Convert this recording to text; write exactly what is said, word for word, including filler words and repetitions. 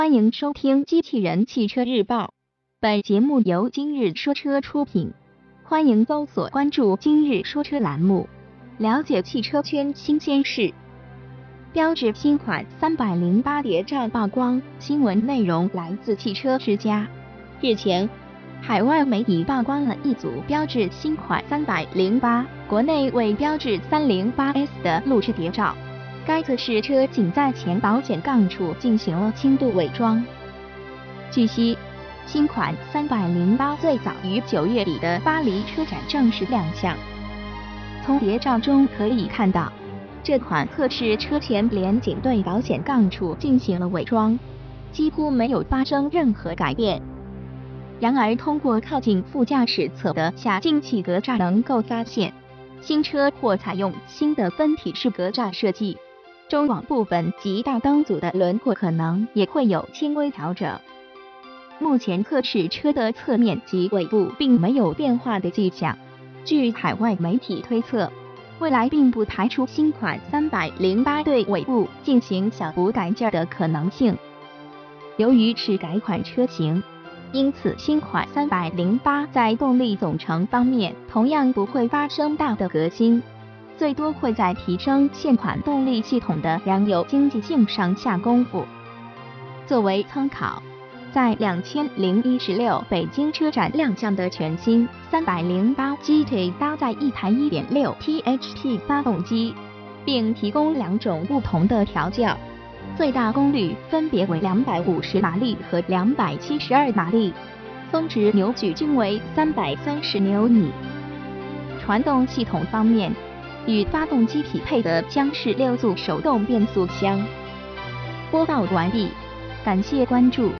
欢迎收听机器人汽车日报，本节目由今日说车出品。欢迎搜索关注今日说车栏目，了解汽车圈新鲜事。标致新款三百零八谍照曝光，新闻内容来自汽车之家。日前，海外媒体曝光了一组标致新款三百零八，国内为标致三零八 S 的录制谍照。该次是车仅在前保险杠处进行了轻度伪装。据悉，新款三百零八最早于九月底的巴黎车展正式亮相。从谍照中可以看到，这款测试车前连仅对保险杠处进行了伪装，几乎没有发生任何改变。然而，通过靠近副驾驶侧的下进气格栅能够发现，新车或采用新的分体式格栅设计。中网部分及大灯组的轮廓可能也会有轻微调整。目前测试车的侧面及尾部并没有变化的迹象。据海外媒体推测，未来并不排除新款三百零八对尾部进行小幅改件的可能性。由于是改款车型，因此新款三百零八在动力总成方面同样不会发生大的革新。最多会在提升现款动力系统的燃油经济性上下功夫。作为参考，在两千一十六北京车展亮相的全新三百零八 G T 搭载一台 一点六 T H P 发动机，并提供两种不同的调教，最大功率分别为两百五十马力和两百七十二马力，峰值扭矩均为三百三十牛米。传动系统方面，与发动机匹配的将是六速手动变速箱。播报完毕，感谢关注。